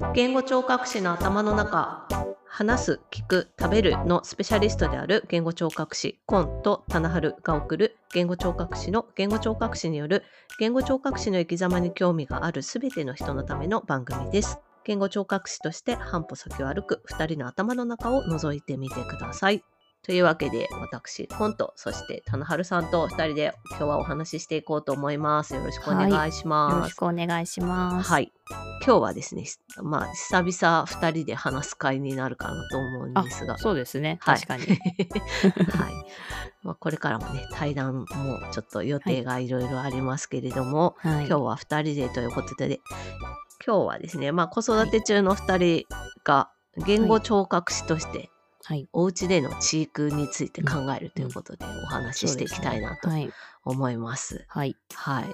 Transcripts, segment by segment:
言語聴覚士の頭の中、話す、聞く、食べるのスペシャリストである言語聴覚士コンと棚春が送る言語聴覚士の言語聴覚士による言語聴覚士の生き様に興味があるすべての人のための番組です。言語聴覚士として半歩先を歩く2人の頭の中を覗いてみてください。というわけで、私コンとそして棚春さんと2人で今日はお話ししていこうと思います。よろしくお願いします。 よろしくお願いします。 はい。今日はですね、久々2人で話す会になるかなと思うんですが。 そうですね。 はい、 確かに。 はい。これからもね、対談もちょっと予定がいろいろありますけれども、今日は2人でということで、今日はですね、子育て中の2人が言語聴覚士として、お家での知育について考えるということでお話ししていきたいなと思います。はい。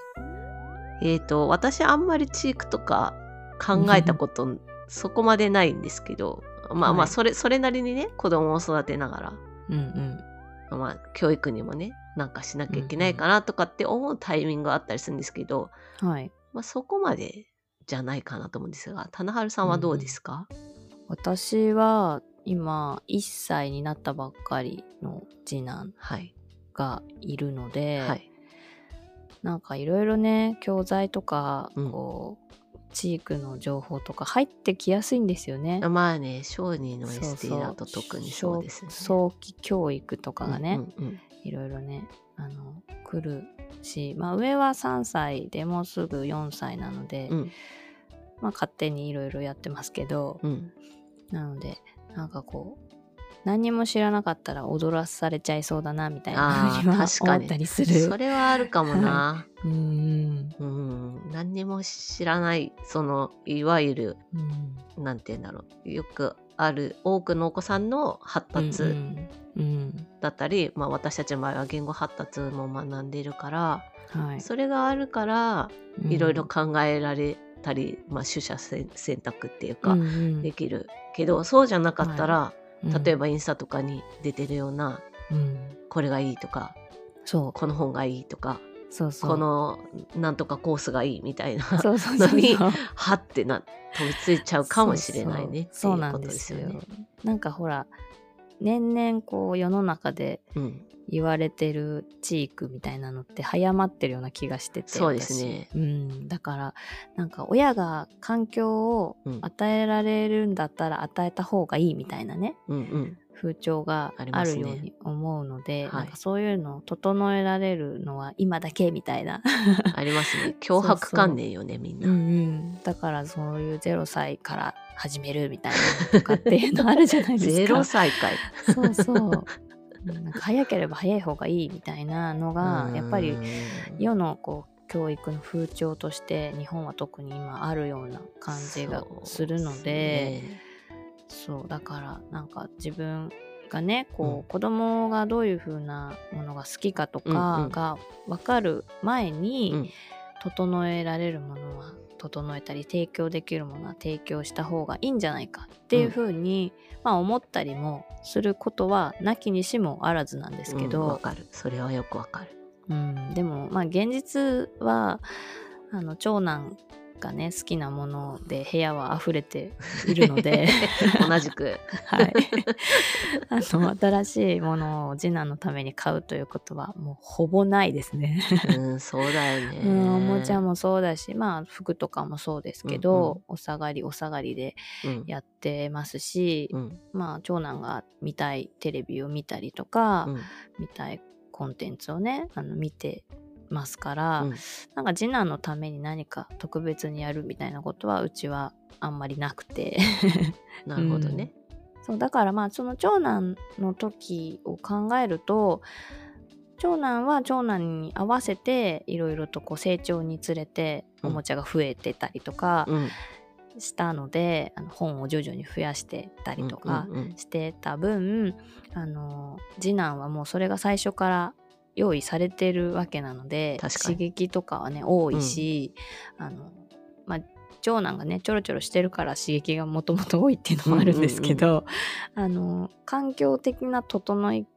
私あんまり知育とか考えたことそこまでないんですけど、それなりにね、子供を育てながら、教育にもね、なんかしなきゃいけないかなとかって思うタイミングがあったりするんですけど、そこまでじゃないかなと思うんですが、棚春さんはどうですか？ 私は今1歳になったばっかりの次男がいるので、なんかいろいろね、教材とか知育の情報とか入ってきやすいんですよね。 まあね、小児の ST だと特にそうですね。 早期教育とかがね、いろいろね来るし、上は3歳でもうすぐ4歳なので、勝手にいろいろやってますけど、なのでなんか何にも知らなかったら踊らされちゃいそうだなみたいなふうには思ったりする。 それはあるかもな。何にも知らない、いわゆる、なんて言うんだろう、よくある多くのお子さんの発達だったり、私たちの場合は言語発達も学んでいるから、それがあるからいろいろ考えられたり、取捨選択っていうか、できるけど、そうじゃなかったら、例えばインスタとかに出てるような、これがいいとか、この本がいいとか、このなんとかコースがいいみたいなのにはって飛びついちゃうかもしれないねっていうことですよね。 なんかほら、年々世の中で言われてる知育みたいなのって早まってるような気がしてて、 そうですね。 だからなんか親が環境を与えられるんだったら与えた方がいいみたいなね、風潮があるように思うので、なんかそういうのを整えられるのは今だけみたいなありますね。強迫観念よね、みんな。 だからそういう0歳から始めるみたいなとかっていうのあるじゃないですか。 0歳かい。 なんか早ければ早い方がいいみたいなのがやっぱり世の教育の風潮として日本は特に今あるような感じがするので、だからなんか自分がね子供がどういう風なものが好きかとかが分かる前に、整えられるものは整えたり提供できるものは提供した方がいいんじゃないかっていう風に、思ったりもすることはなきにしもあらずなんですけど、 わかる。それはよくわかる。 でも現実は長男がね好きなもので部屋は溢れているので同じく新しいものを次男のために買うということはもうほぼないですね。 そうだよね。 おもちゃもそうだし、服とかもそうですけど、お下がりでやってますし、長男が見たいテレビを見たりとか、見たいコンテンツをね見てますから、なんか次男のために何か特別にやるみたいなことはうちはあんまりなくてなるほどね。 そうだからその長男の時を考えると、長男は長男に合わせていろいろと成長につれておもちゃが増えてたりとかしたので、本を徐々に増やしてたりとかしてた分、次男はもうそれが最初から用意されてるわけなので、刺激とかはね多いし、長男がねちょろちょろしてるから刺激がもともと多いっていうのもあるんですけど、環境的な整い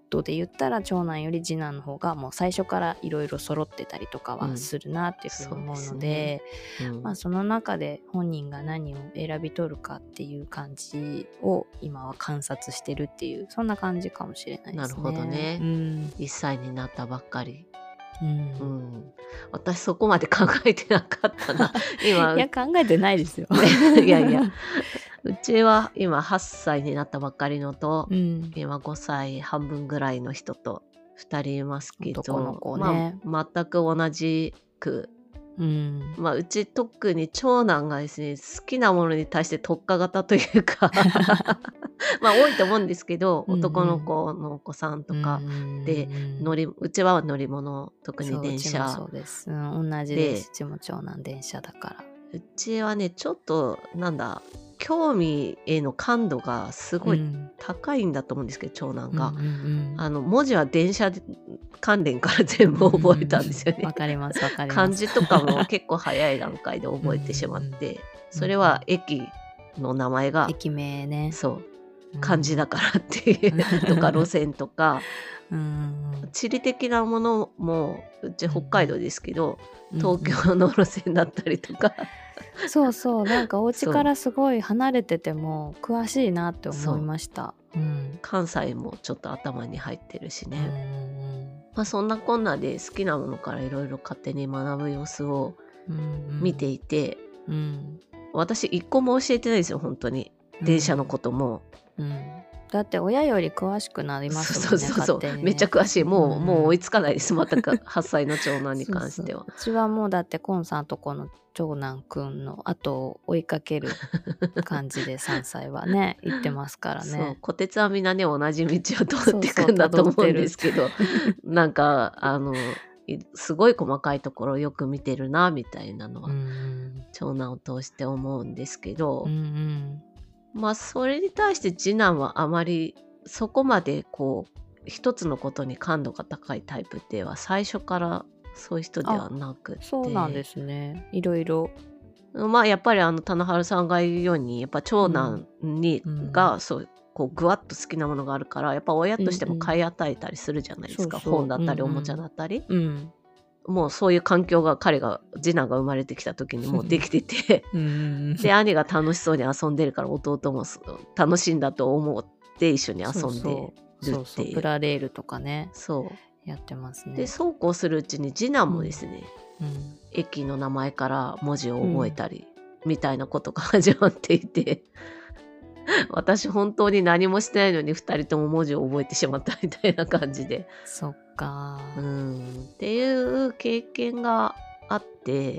度で言ったら長男より次男の方がもう最初からいろいろ揃ってたりとかはするなっていうふうに思うので、その中で本人が何を選び取るかっていう感じを今は観察してるっていう、そんな感じかもしれないですね。 なるほどね、1歳になったばっかり。私そこまで考えてなかったな今。 いや考えてないですよいやいや、うちは今8歳になったばっかりのと、今5歳半分ぐらいの人と2人いますけど、 男の子ね、 全く同じく、うち特に長男がですね、好きなものに対して特化型というか多いと思うんですけど、男の子のお子さんとかで、うちは乗り物、特に電車。 そうです、同じです。うちも長男電車だから。 うちはねちょっと興味への感度がすごい高いんだと思うんですけど、長男が、文字は電車関連から全部覚えたんですよね。 わかりますわかります。 漢字とかも結構早い段階で覚えてしまってそれは駅の名前が駅名ね、 そう漢字だからっていうとか路線とか地理的なものもうち北海道ですけど、東京の路線だったりとかそうそう、なんかお家からすごい離れてても詳しいなって思いました。 関西もちょっと頭に入ってるしね。そんなこんなで好きなものからいろいろ勝手に学ぶ様子を見ていて、私一個も教えてないですよ本当に、電車のことも。 だって親より詳しくなりますもんね。 そうめっちゃ詳しい。もう追いつかないです。全く8歳の長男に関しては。 うちはもうだってコンさんとこの長男くんの後を追いかける感じで3歳はね行ってますからね。 そう虎鉄はみんなね同じ道を通っていくんだと思うんですけどなんかすごい細かいところをよく見てるなみたいなのは長男を通して思うんですけど、それに対して次男はあまりそこまで一つのことに感度が高いタイプでは最初からそういう人ではなくて。 そうなんですね。いろいろやっぱり棚原さんが言うようにやっぱ長男がそうぐわっと好きなものがあるからやっぱ親としても買い与えたりするじゃないですか、本だったりおもちゃだったり、もうそういう環境が次男が生まれてきた時にもうできててで兄が楽しそうに遊んでるから弟も楽しいんだと思って一緒に遊んでるっていう。 プラレールとかねやってますね。 でそうこうするうちに次男もですね、駅の名前から文字を覚えたりみたいなことが始まっていて私本当に何もしてないのに2人とも文字を覚えてしまったみたいな感じで。 そっかっていう経験があって、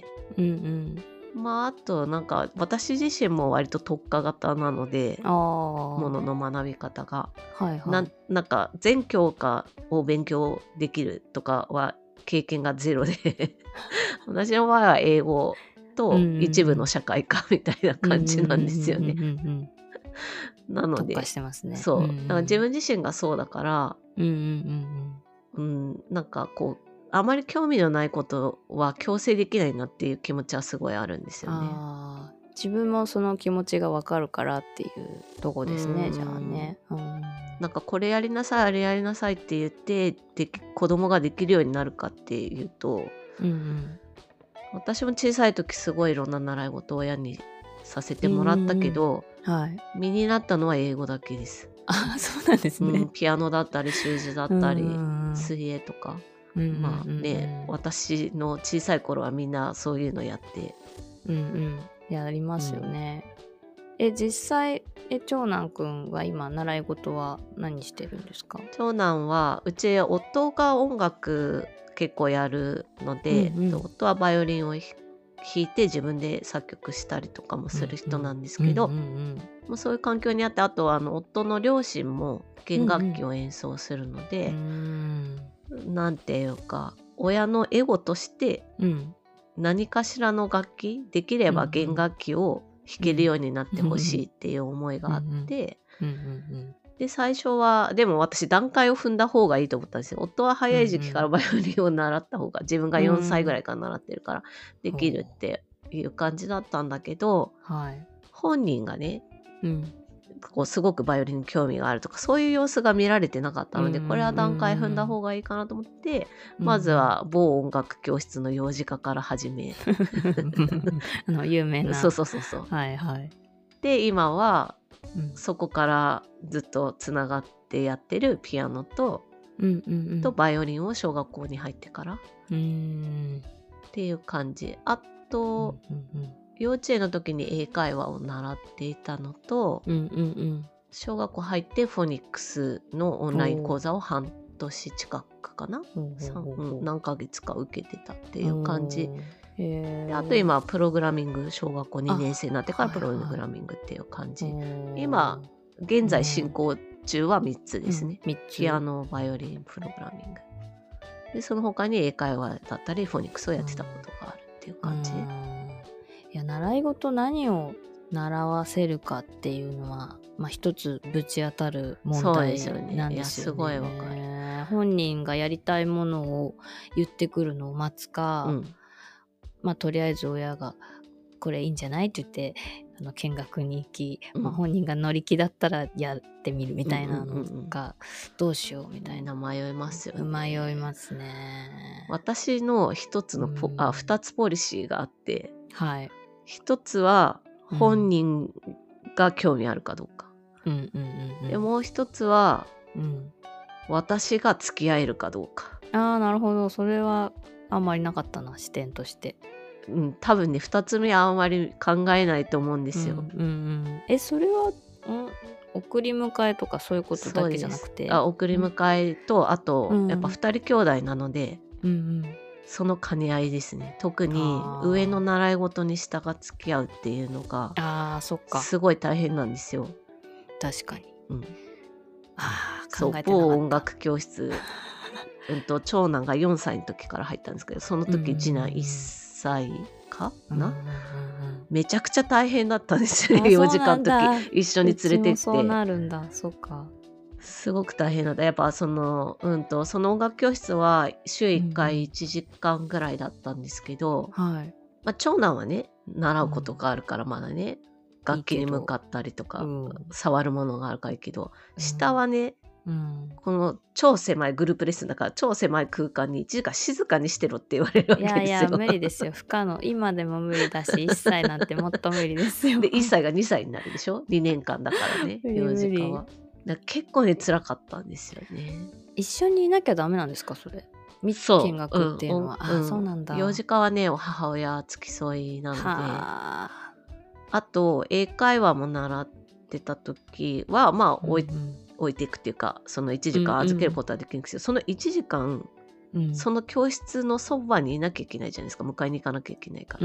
あと私自身も割と特化型なのでものの学び方が、なんか全教科を勉強できるとかは経験がゼロで私の場合は英語と一部の社会科みたいな感じなんですよね。なので特化してますね。 そう、だから自分自身がそうだからあまり興味のないことは強制できないなっていう気持ちはすごいあるんですよね。 自分もその気持ちが分かるからっていうとこですね。じゃあね、 これやりなさいあれやりなさいって言って子供ができるようになるかっていうと、私も小さい時すごいいろんな習い事を親にさせてもらったけど、身になったのは英語だけです。 そうなんですね。 ピアノだったり習字だったり水泳とか、私の小さい頃はみんなそういうのやってやりますよね。実際長男くんは今習い事は何してるんですか？ 長男はうち夫が音楽結構やるので、夫はバイオリンを弾いて自分で作曲したりとかもする人なんですけど、そういう環境にあって、あとは夫の両親も弦楽器を演奏するので、なんていうか親のエゴとして何かしらの楽器できれば弦楽器を弾けるようになってほしいっていう思いがあって、で最初はでも私段階を踏んだ方がいいと思ったんですよ。夫は早い時期からバイオリンを習った方が、自分が4歳ぐらいから習ってるからできるっていう感じだったんだけど、本人がね、 こうすごくバイオリンに興味があるとかそういう様子が見られてなかったので、これは段階踏んだ方がいいかなと思って、まずは某音楽教室の幼児科から始め有名なそう。 はいはい。 で今はそこからずっとつながってやってるピアノとバイオリンを小学校に入ってからっていう感じ。あと、幼稚園の時に英会話を習っていたのと、小学校入ってフォニックスのオンライン講座を半年近くかな、何ヶ月か受けてたっていう感じで、あと今プログラミング、小学校2年生になってからプログラミングっていう感じ。今現在進行中は3つですね、ピアノ、バイオリン、プログラミングで、その他に英会話だったりフォニックスをやってたことがあるっていう感じ。 いや、習い事何を習わせるかっていうのは、一つぶち当たる問題なんですよね。 いや、すごいわかる。 本人がやりたいものを言ってくるのを待つか、とりあえず親がこれいいんじゃないって言って見学に行き、本人が乗り気だったらやってみるみたいなのが、どうしようみたいな。 迷いますよね。 迷いますね。 私の一つの2つポリシーがあって、 はい。 一つは本人が興味あるかどうか。でもう一つは、私が付き合えるかどうか。 なるほど。それはあんまりなかったな、視点として。 多分ね2つ目はあんまり考えないと思うんですよ。 それは、送り迎えとかそういうことだけじゃなくて、 送り迎えと、あと、やっぱ2人兄弟なので、その兼ね合いですね。特に上の習い事に下が付き合うっていうのがすごい大変なんですよ。 確かに。 そう、某音楽教室長男が4歳の時から入ったんですけど、その時次男1歳かな、めちゃくちゃ大変だったんですよね。4時間の時一緒に連れてって。 そうなるんだ。そうか。 すごく大変だった。やっぱその音楽教室は週1回1時間ぐらいだったんですけど、長男はね習うことがあるからまだね、楽器に向かったりとか、触るものがあるからいいけど、下はね、この超狭いグループレッスンだから超狭い空間に1時間静かにしてろって言われるわけですよ。 いや無理ですよ。不可能。今でも無理だし、1歳なんてもっと無理ですよ。 で1歳が2歳になるでしょ、2年間だからね。4時間は結構ね辛かったんですよね。 一緒にいなきゃダメなんですか、それ。見学っていうのは。そうなんだ。 幼児科はね母親付き添いなので、あと英会話も習ってた時は置いていくっていうか、その1時間預けることはできるんですけど、その1時間、その教室のそばにいなきゃいけないじゃないですか。迎えに行かなきゃいけないから。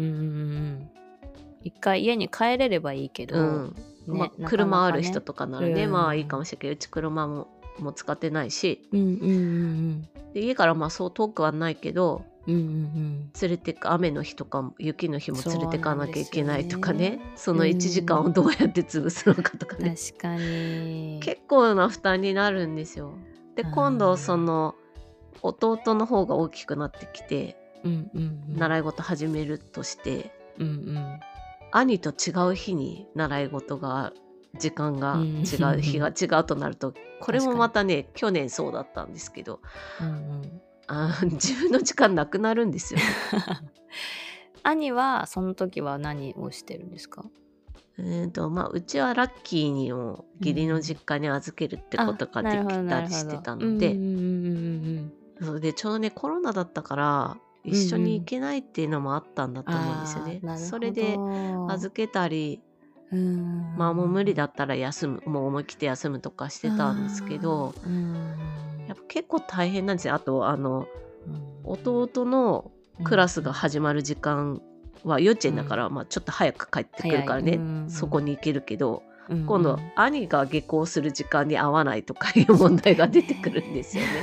一回家に帰れればいいけど、 車ある人とかならね、いいかもしれないけど、うち車も使ってないし、で家からそう遠くはないけど、連れてく、雨の日とか雪の日も連れてかなきゃいけないとかね、その1時間をどうやって潰すのかとかね、 確かに結構な負担になるんですよ。で今度その弟の方が大きくなってきて、習い事始めるとして、兄と違う日に習い事が時間が違う、日が違うとなると、これもまたね去年そうだったんですけど、自分の時間なくなるんですよ。 兄はその時は何をしてるんですか？ うちはラッキーにも義理の実家に預けるってことができたりしてたので、それでちょうどねコロナだったから一緒に行けないっていうのもあったんだと思うんですよね。それで預けたり、もう無理だったら休む、もう思い切って休むとかしてたんですけど、やっぱ結構大変なんですよ。あと弟のクラスが始まる時間は幼稚園だから、ちょっと早く帰ってくるからね、そこに行けるけど、今度兄が下校する時間に合わないとかいう問題が出てくるんですよね。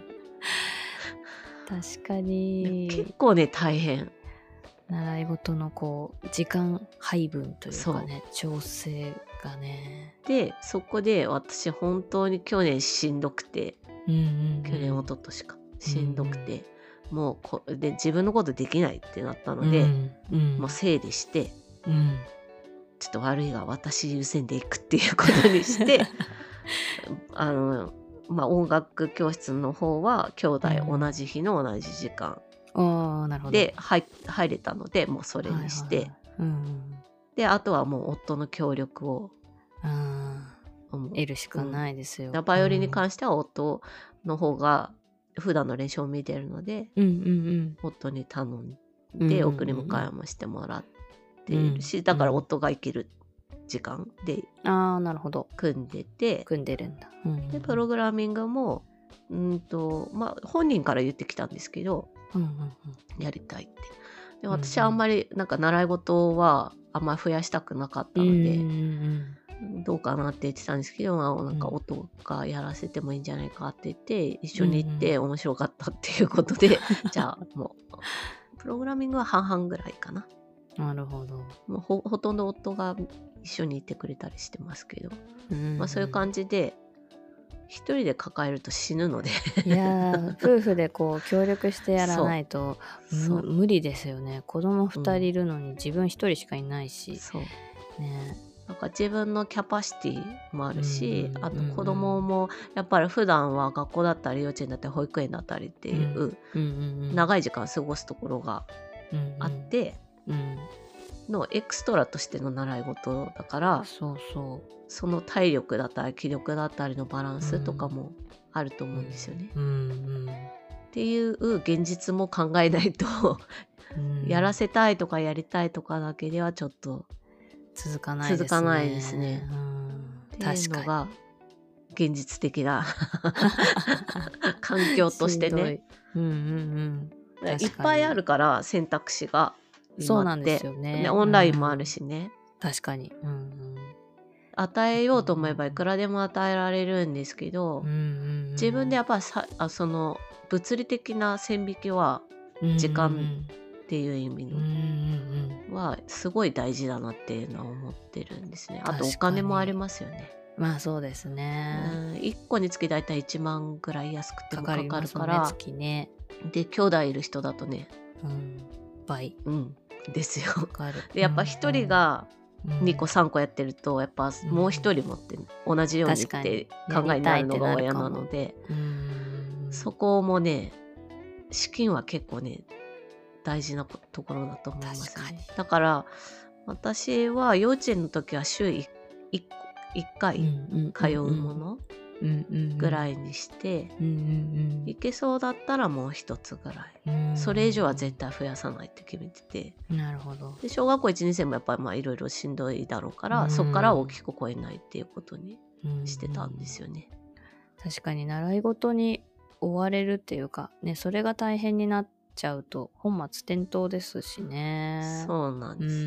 確かに結構ね大変。 習い事の時間配分というかね、調整がね。 でそこで私本当に去年しんどくて、去年一昨年かしんどくて、もうで自分のことできないってなったので、もう整理して、 ちょっと悪いが私優先で行くっていうことにして音楽教室の方は兄弟同じ日の同じ時間なるほどで入れたので、もうそれにして、であとはもう夫の協力を得るしかないですよ。 バイオリンに関しては夫の方が普段の練習を見てるので、夫に頼んで送り迎えもしてもらっているし、だから夫が行ける時間でなるほど組んでて、 組んでるんだ。 でプログラミングも本人から言ってきたんですけど、やりたいって。で私はあんまりなんか習い事はあんまり増やしたくなかったので、どうかなって言ってたんですけど、なんか夫がやらせてもいいんじゃないかって言って一緒に行って面白かったっていうことで、じゃあもうプログラミングは半々ぐらいかな。 なるほど。 もうほとんど夫が一緒にいてくれたりしてますけど、そういう感じで一人で抱えると死ぬのでいや夫婦でこう協力してやらないと無理ですよね。子供2人いるのに自分1人しかいないし、 なんか自分のキャパシティもあるし、あと子供もやっぱり普段は学校だったり幼稚園だったり保育園だったりっていう長い時間過ごすところがあって、のエクストラとしての習い事だから、その体力だったり気力だったりのバランスとかもあると思うんですよね。っていう現実も考えないとやらせたいとかやりたいとかだけではちょっと続かないですね。 っていうのが現実的な環境としてね。いっぱいあるから選択肢がそうなんですよね。 オンラインもあるしね。 確かに。 与えようと思えばいくらでも与えられるんですけど、自分でやっぱその物理的な線引きは時間っていう意味のはすごい大事だなっていうのは思ってるんですね。あとお金もありますよね。 まあそうですね。 1個につきだいたい1万ぐらい安くてもかかるから、 月ね。 で兄弟いる人だとね、 倍ですよ。でやっぱ1人が2個3個やってるとやっぱもう1人持って同じようにって考えになるのが親なので、そこもね資金は結構ね大事なところだと思いますね。だから私は幼稚園の時は週 1回通うものぐらいにしていけそうだったらもう一つぐらい、それ以上は絶対増やさないって決めてて。 なるほど。 で小学校1年生もやっぱりいろいろしんどいだろうから、そこから大きく超えないっていうことにしてたんですよね。 確かに習い事に追われるっていうかね、それが大変になっちゃうと本末転倒ですしね。 そうなんです。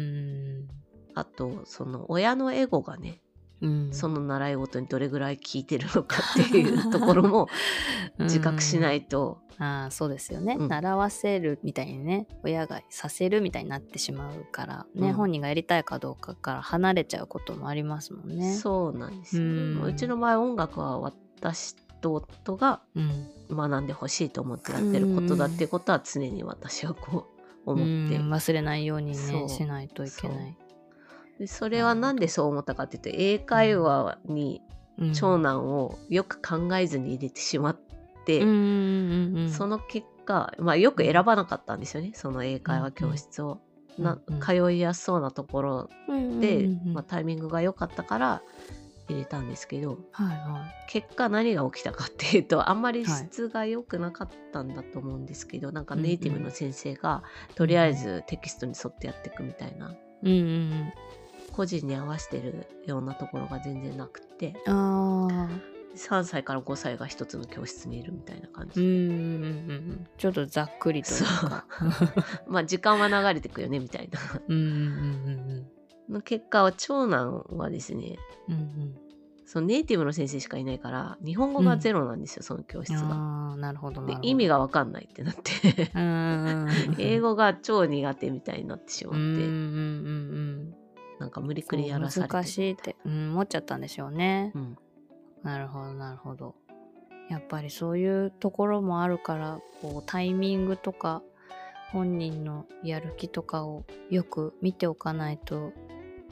あとその親のエゴがね、その習い事にどれぐらい効いてるのかっていうところも自覚しないとそうですよね、習わせるみたいにね親がさせるみたいになってしまうからね、本人がやりたいかどうかから離れちゃうこともありますもんね。 そうなんですよ。うちの場合音楽は私と夫が学んでほしいと思ってやってることだっていうことは常に私はこう思って忘れないようにねしないといけない。 でそれはなんでそう思ったかっていうと、英会話に長男をよく考えずに入れてしまって、その結果、よく選ばなかったんですよね、その英会話教室を。通いやすそうなところで、タイミングが良かったから入れたんですけど、結果何が起きたかっていうと、あんまり質が良くなかったんだと思うんですけど、なんかネイティブの先生がとりあえずテキストに沿ってやっていくみたいな、個人に合わせてるようなところが全然なくて、3歳から5歳が一つの教室にいるみたいな感じ。 ちょっとざっくりというか時間は流れてくよねみたいなの結果は、長男はですね、そのネイティブの先生しかいないから日本語がゼロなんですよ、その教室が。 なるほど。 で意味が分かんないってなって英語が超苦手みたいになってしまって、なんか無理くりやらされて難しいって思っちゃったんでしょうね。なるほどなるほど。やっぱりそういうところもあるから、こうタイミングとか本人のやる気とかをよく見ておかないと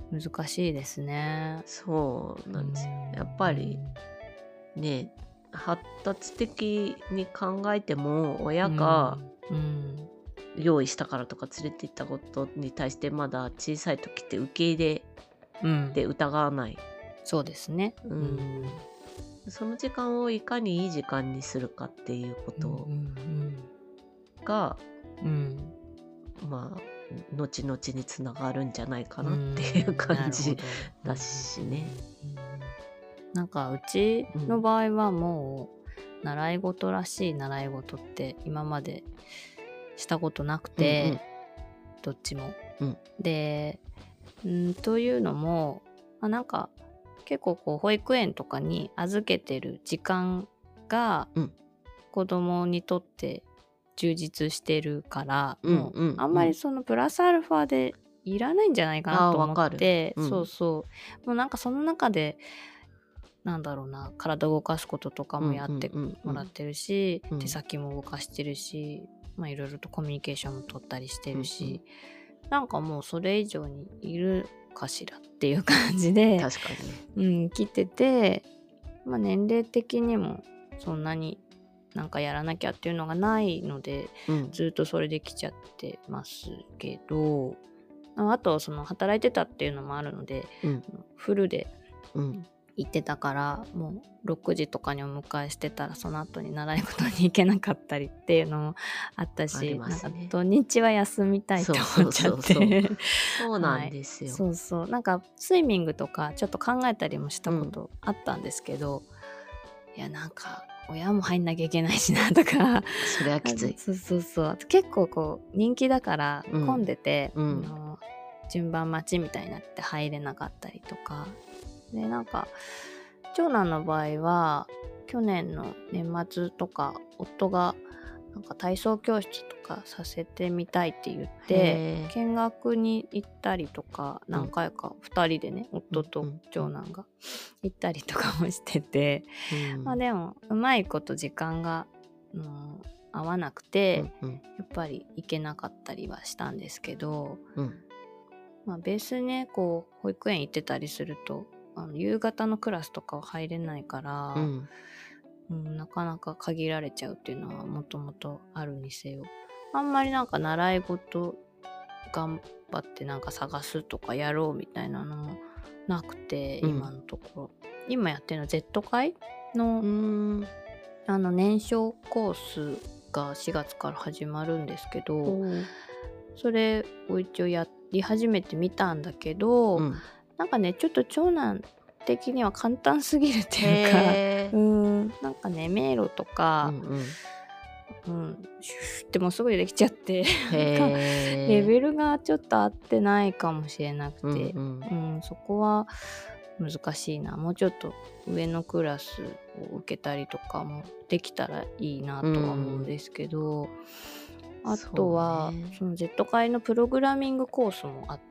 難しいですね。 そうなんですよ。やっぱりね、発達的に考えても親が用意したからとか連れて行ったことに対してまだ小さい時って受け入れて疑わない。 そうですね。 その時間をいかにいい時間にするかっていうことが、まあ後々につながるんじゃないかなっていう感じだしね。 なんかうちの場合はもう習い事らしい習い事って今までしたことなくて、どっちも。で、というのも、なんか結構こう保育園とかに預けてる時間が子供にとって充実してるから、もうあんまりそのプラスアルファでいらないんじゃないかなと思って、そうそう。もうなんかその中でなんだろうな、体を動かすこととかもやってもらってるし、手先も動かしてるし、いろいろとコミュニケーションも取ったりしてるし、なんかもうそれ以上にいるかしらっていう感じで、 確かに来てて、年齢的にもそんなになんかやらなきゃっていうのがないので、ずっとそれで来ちゃってますけど、あとその働いてたっていうのもあるので、フルで行ってたから、もう6時とかにお迎えしてたらその後に習い事に行けなかったりっていうのもあったし、なんか土日は休みたいと思っちゃってそうなんですよ、 そうそう、なんかスイミングとかちょっと考えたりもしたことあったんですけど、いやなんか親も入んなきゃいけないしなとかそれはきつい。 そう結構こう人気だから混んでて、順番待ちみたいになって入れなかったりとかで、なんか長男の場合は去年の年末とか夫がなんか体操教室とかさせてみたいって言って見学に行ったりとか、何回か2人でね、夫と長男が行ったりとかもしてて、でもうまいこと時間が、合わなくて、やっぱり行けなかったりはしたんですけど、ベースねこう保育園行ってたりすると夕方のクラスとかは入れないから、なかなか限られちゃうっていうのはもともとあるにせよ、あんまりなんか習い事頑張ってなんか探すとかやろうみたいなのもなくて、今のところ今やってるの Z 会の年少コースが4月から始まるんですけど、それを一応やり始めてみたんだけど、なんかねちょっと長男的には簡単すぎるっていうか、なんかね迷路とか、シューってもうすぐできちゃってレベルがちょっと合ってないかもしれなくて、そこは難しいな。もうちょっと上のクラスを受けたりとかもできたらいいなとは思うんですけど、あとはその Z 会のプログラミングコースもあって、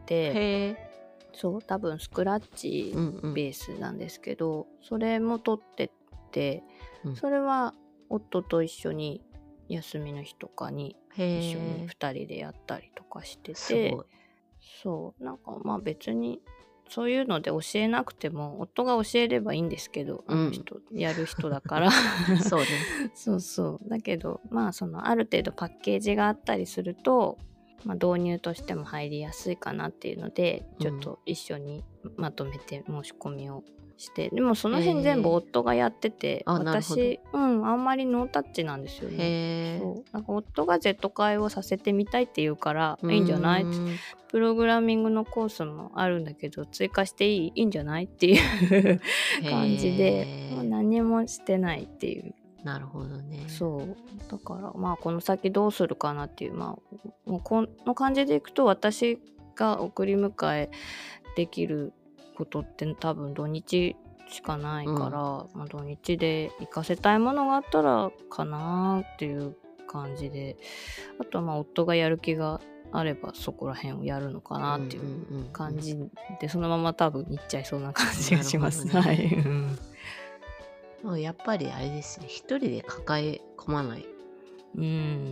そう多分スクラッチベースなんですけど、それも取ってって、それは夫と一緒に休みの日とかに一緒に2人でやったりとかしてて、そうなんか別にそういうので教えなくても夫が教えればいいんですけど、あの人やる人だからそうねそうだけどそのある程度パッケージがあったりすると、導入としても入りやすいかなっていうので、ちょっと一緒にまとめて申し込みをして、でもその辺全部夫がやってて、私あんまりノータッチなんですよね。そうなんか夫が Z 会をさせてみたいって言うからいいんじゃないって、プログラミングのコースもあるんだけど追加していいんじゃないっていう感じで、何もしてないっていう。 なるほどね。 そうだからこの先どうするかなっていう、もうこの感じでいくと私が送り迎えできることって多分土日しかないから、土日で行かせたいものがあったらかなっていう感じで、あとは夫がやる気があればそこら辺をやるのかなっていう感じで、そのまま多分行っちゃいそうな感じがしますね。 やっぱりあれですね、一人で抱え込まないうん、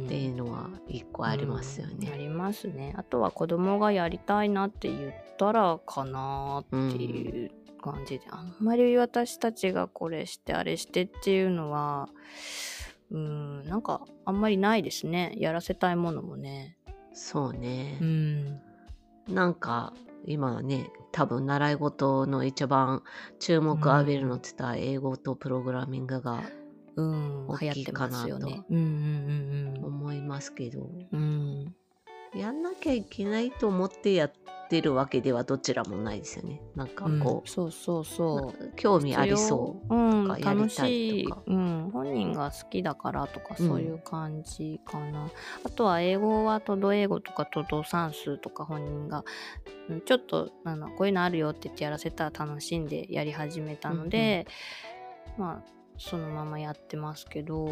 っていうのは一個ありますよね。 ありますね。あとは子供がやりたいなって言ったらかなっていう感じで、あんまり私たちがこれしてあれしてっていうのはなんかあんまりないですね。やらせたいものもね。 そうね。 うんなんか今ね、多分習い事の一番注目浴びるのって言ったら英語とプログラミングが大きいかなと思いますけど、やんなきゃいけないと思ってやってるわけではどちらもないですよね。なんかこう、 そう興味ありそうとかやりたいとか、 本人が好きだからとかそういう感じかな。あとは英語はトド英語とかトド算数とか本人がちょっとこういうのあるよって言ってやらせたら楽しんでやり始めたので、まあそのままやってますけど、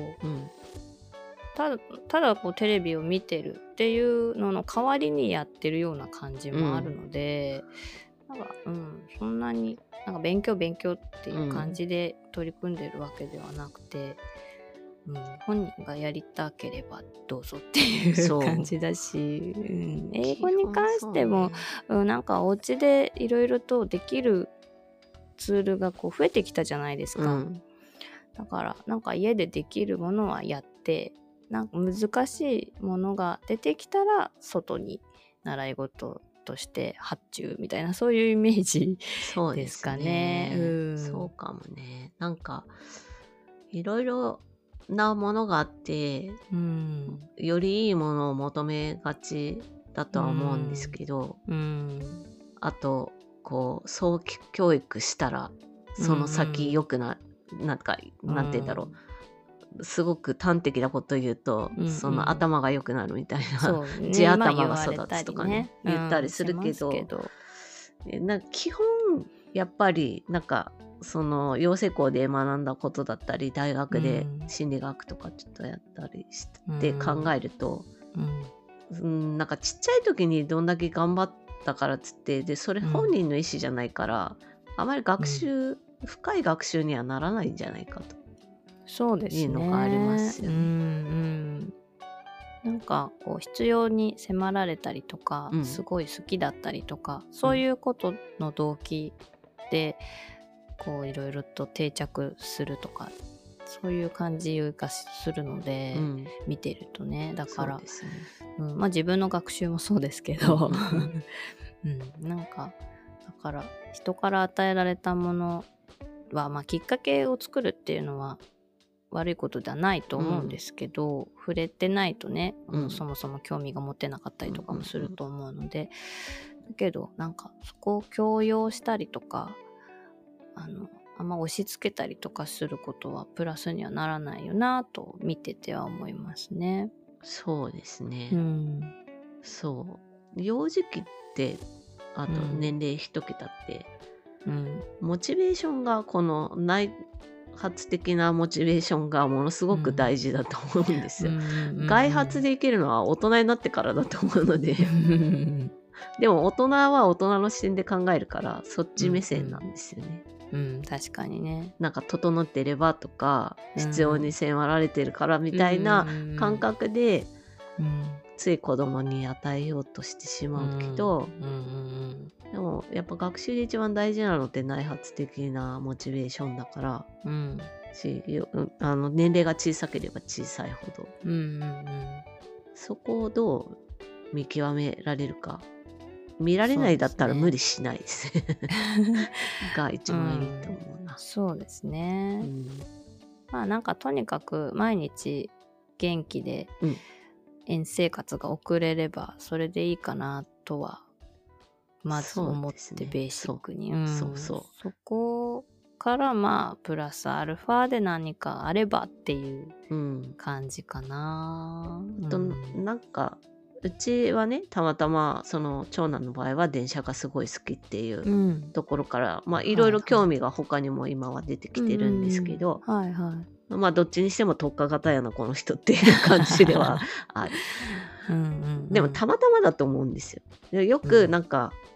ただこうテレビを見てるっていうのの代わりにやってるような感じもあるので、なんかそんなになんか勉強っていう感じで取り組んでるわけではなくて、本人がやりたければどうぞっていう感じだし、英語に関しても、なんかお家でいろいろとできるツールがこう増えてきたじゃないですか。だからなんか家でできるものはやって、なんか難しいものが出てきたら外に習い事として発注みたいな、そういうイメージですかね。 そうかもね。なんかいろいろなものがあって、よりいいものを求めがちだとは思うんですけど、あとこう早期教育したらその先良くなんて言うんだろう、すごく端的なこと言うと、その頭が良くなるみたいな、地頭が育つとかね、言ったりするけど、なんか基本やっぱりなんかその養成校で学んだことだったり、大学で心理学とかちょっとやったりして考えると、なんかちっちゃい時にどんだけ頑張ったからっつって、でそれ本人の意思じゃないから、あまり深い学習にはならないんじゃないかと。 そうですね。 いうのがありますよね。なんかこう必要に迫られたりとか、すごい好きだったりとか、そういうことの動機でこういろいろと定着するとか、そういう感じがするので、見てるとね。だから、まあ自分の学習もそうですけど、なんかだから人から与えられたものは、まあきっかけを作るっていうのは悪いことではないと思うんですけど、触れてないとね、そもそも興味が持てなかったりとかもすると思うので、だけどなんかそこを強要したりとか、あんま押し付けたりとかすることはプラスにはならないよなと見てては思いますね。 そうですね。そう幼児期ってあと年齢一桁って、モチベーションがこの内発的なモチベーションがものすごく大事だと思うんですよ。外発でいけるのは大人になってからだと思うのででも大人は大人の視点で考えるからそっち目線なんですよね。 確かにね。 なんか整ってればとか、必要に迫られてるからみたいな感覚で、つい子供に与えようとしてしまうけど、でもやっぱ学習で一番大事なのって内発的なモチベーションだから、年齢が小さければ小さいほど、そこをどう見極められるか。見られないだったら無理しないですが一番いいと思うな。 そうですね。まあなんかとにかく毎日元気で園生活が送れればそれでいいかなとはまず思ってベーシックに、そこからまあプラスアルファで何かあればっていう感じかな。 なんかうちはね、たまたまその長男の場合は電車がすごい好きっていうところから、まあいろいろ興味が他にも今は出てきてるんですけど、まあどっちにしても特化型やなこの人っていう感じではある。でもたまたまだと思うんですよ。よくなんか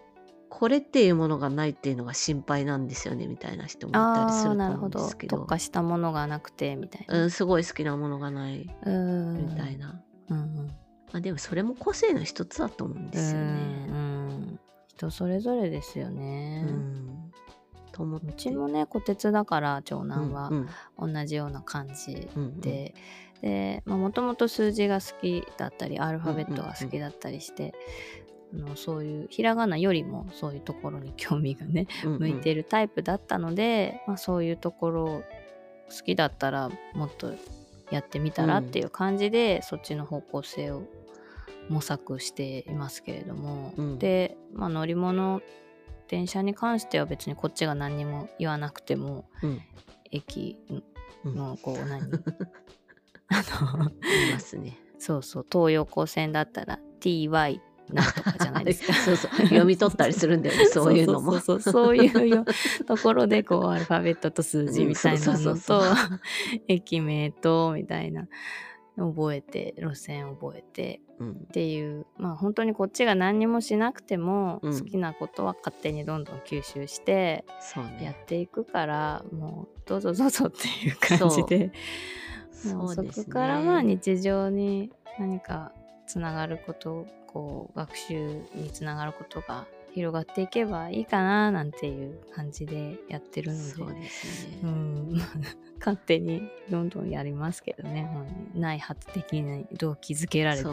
これっていうものがないっていうのが心配なんですよねみたいな人もいたりするとなるほど。 思うんですけ特ど、 化したものがなくてみたいな。 すごい好きなものがないみたいな。 な。 うんでもそれも個性の一つだと思うんですよね。 人それぞれですよね。と思って。うちもね虎鉄だから長男は同じような感じで、でもともと数字が好きだったりアルファベットが好きだったりして、そういうひらがなよりもそういうところに興味がね、向いてるタイプだったので、そういうところ好きだったらもっとやってみたらっていう感じで、そっちの方向性を模索していますけれども、で、乗り物電車に関しては別にこっちが何にも言わなくても、駅のこう何言いますね。 そうそう、東横線だったら TY なんとかじゃないですか。 そう読み取ったりするんだよねそういうのも。 そういうところでこうアルファベットと数字みたいなのと駅名とみたいな覚えて路線覚えてっていう、本当にこっちが何にもしなくても好きなことは勝手にどんどん吸収してやっていくから、もうどうぞどうぞっていう感じで、もうそこから日常に何かつながること、こう学習につながることが広がっていけばいいかななんていう感じでやってるので、 そうですね。 勝手にどんどんやりますけどね、内発的に動機づけられてね。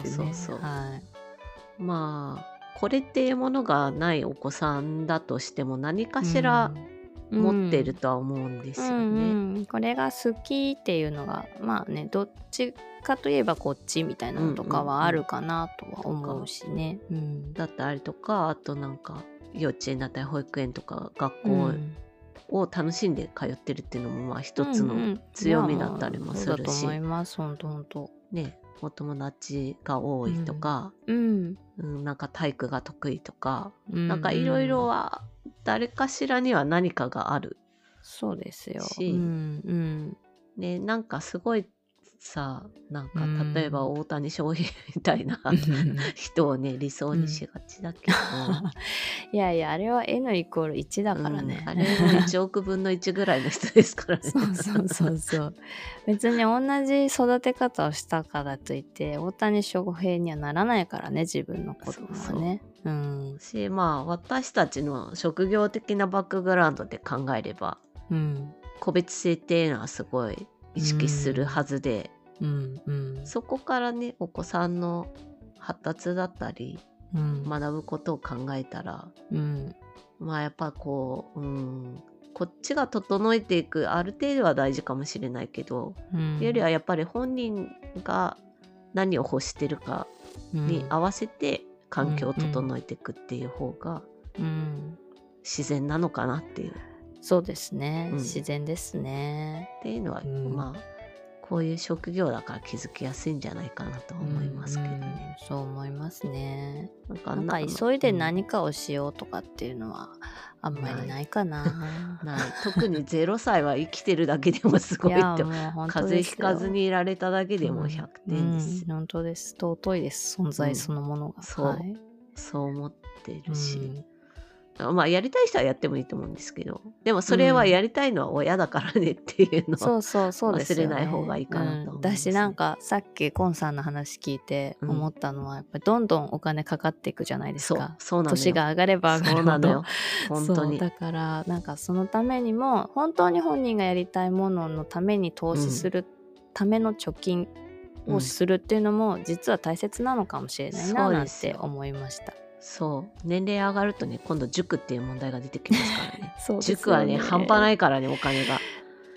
これっていうものがないお子さんだとしても何かしら持ってるとは思うんですよね。 これが好きっていうのがどっちかといえばこっちみたいなのとかはあるかなとは思うしね。 だったりとか、あとなんか幼稚園だったり保育園とか学校を楽しんで通ってるっていうのも一つの強みだったりもするし、 そうだと思います。本当ね、お友達が多いとか、なんか体育が得意とか、なんかいろいろは誰かしらには何かがある。 そうですよ。 ね、なんかすごいさ、なんか例えば大谷翔平みたいな人をね理想にしがちだけどいやいや、あれは N=1 だからね、 あれも1億分の1ぐらいの人ですからね。 そう別に同じ育て方をしたからといって大谷翔平にはならないからね、自分の子供はね。 し、私たちの職業的なバックグラウンドで考えれば、個別性っていうのはすごい意識するはずで、そこからねお子さんの発達だったり、学ぶことを考えたら、やっぱこっちが整えていくある程度は大事かもしれないけど、よりはやっぱり本人が何を欲してるかに合わせて環境を整えていくっていう方が自然なのかなっていう。 そうですね、自然ですねっていうのは、こういう職業だから気づきやすいんじゃないかなと思いますけどね。 そう思いますね。なんか急いで何かをしようとかっていうのはあんまりないかな。 ない特に0歳は生きてるだけでもすごいって風邪ひかずにいられたただけでも100点です。 本当です。尊いです、存在そのものが。 そう思ってるし、やりたい人はやってもいいと思うんですけど、でもそれはやりたいのは親だからねっていうのを忘れない方がいいかなと思います、 私なんかさっきコンさんの話聞いて思ったのは、やっぱりどんどんお金かかっていくじゃないですか。年が上がれば上がるほど。 本当に。 だからなんかそのためにも本当に本人がやりたいもののために投資するための貯金をするっていうのも実は大切なのかもしれないななんて思いました。 年齢上がるとね、今度塾っていう問題が出てきますからね。塾はね半端ないからね、お金が。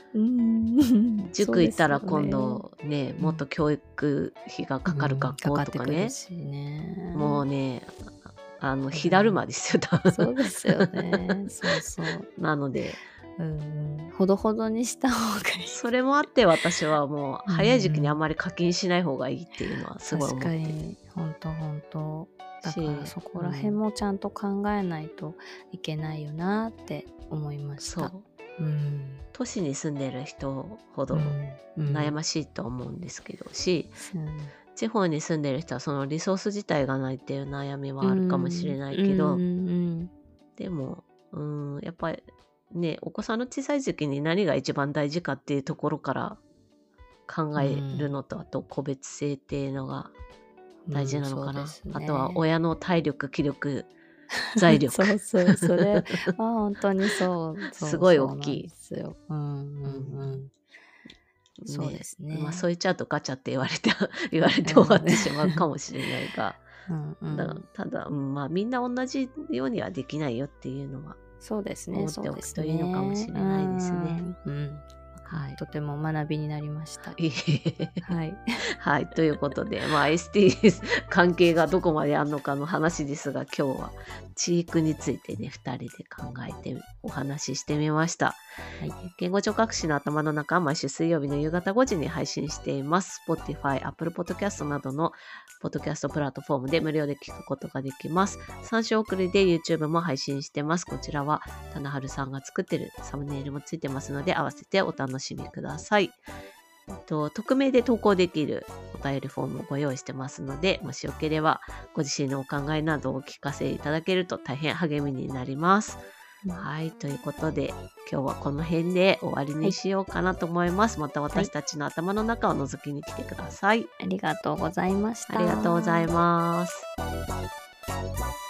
塾行ったら今度ね、もっと教育費がかかる学校とかね、もうね火だるまですよ多分。 そうですよね。 なのでほどほどにした方がいい。 それもあって私はもう早い時期にあんまり課金しない方がいいっていうのはすごい思ってて。 確かに本当だからそこら辺もちゃんと考えないといけないよなって思いました。 都市に住んでる人ほど悩ましいと思うんですけど地方に住んでる人はそのリソース自体がないっていう悩みはあるかもしれないけど、ででもやっぱりね、お子さんの小さい時期に何が一番大事かっていうところから考えるのと、あと個別性っていうのが大事なのかな、あとは親の体力気力財力そうそれ本当にそうすごい大きいですよ。そうですね。 まあそう言っちゃうとガチャって言われて終わってしまうかもしれないがただ、まあみんな同じようにはできないよっていうのはそうですね。 思っておくといいのかもしれないですね。 はい、とても学びになりました。 はい、はい、ということで、まあ、ST 関係がどこまであるのかの話ですが、今日は知育についてね、2人で考えてお話ししてみました。はい、言語聴覚士の頭の中は毎週水曜日の夕方5時に配信しています。Spotify、Apple Podcast などのポッドキャストプラットフォームで無料で聞くことができます。3週遅れで YouTube も配信してます。こちらは棚春さんが作ってるサムネイルもついてますので、合わせてお楽しみください。匿名で投稿できるお便りフォームをご用意してますので、もしよければご自身のお考えなどをお聞かせいただけると大変励みになります。はい、ということで今日はこの辺で終わりにしようかなと思います。また私たちの頭の中を覗きに来てください。 ありがとうございました。 ありがとうございます。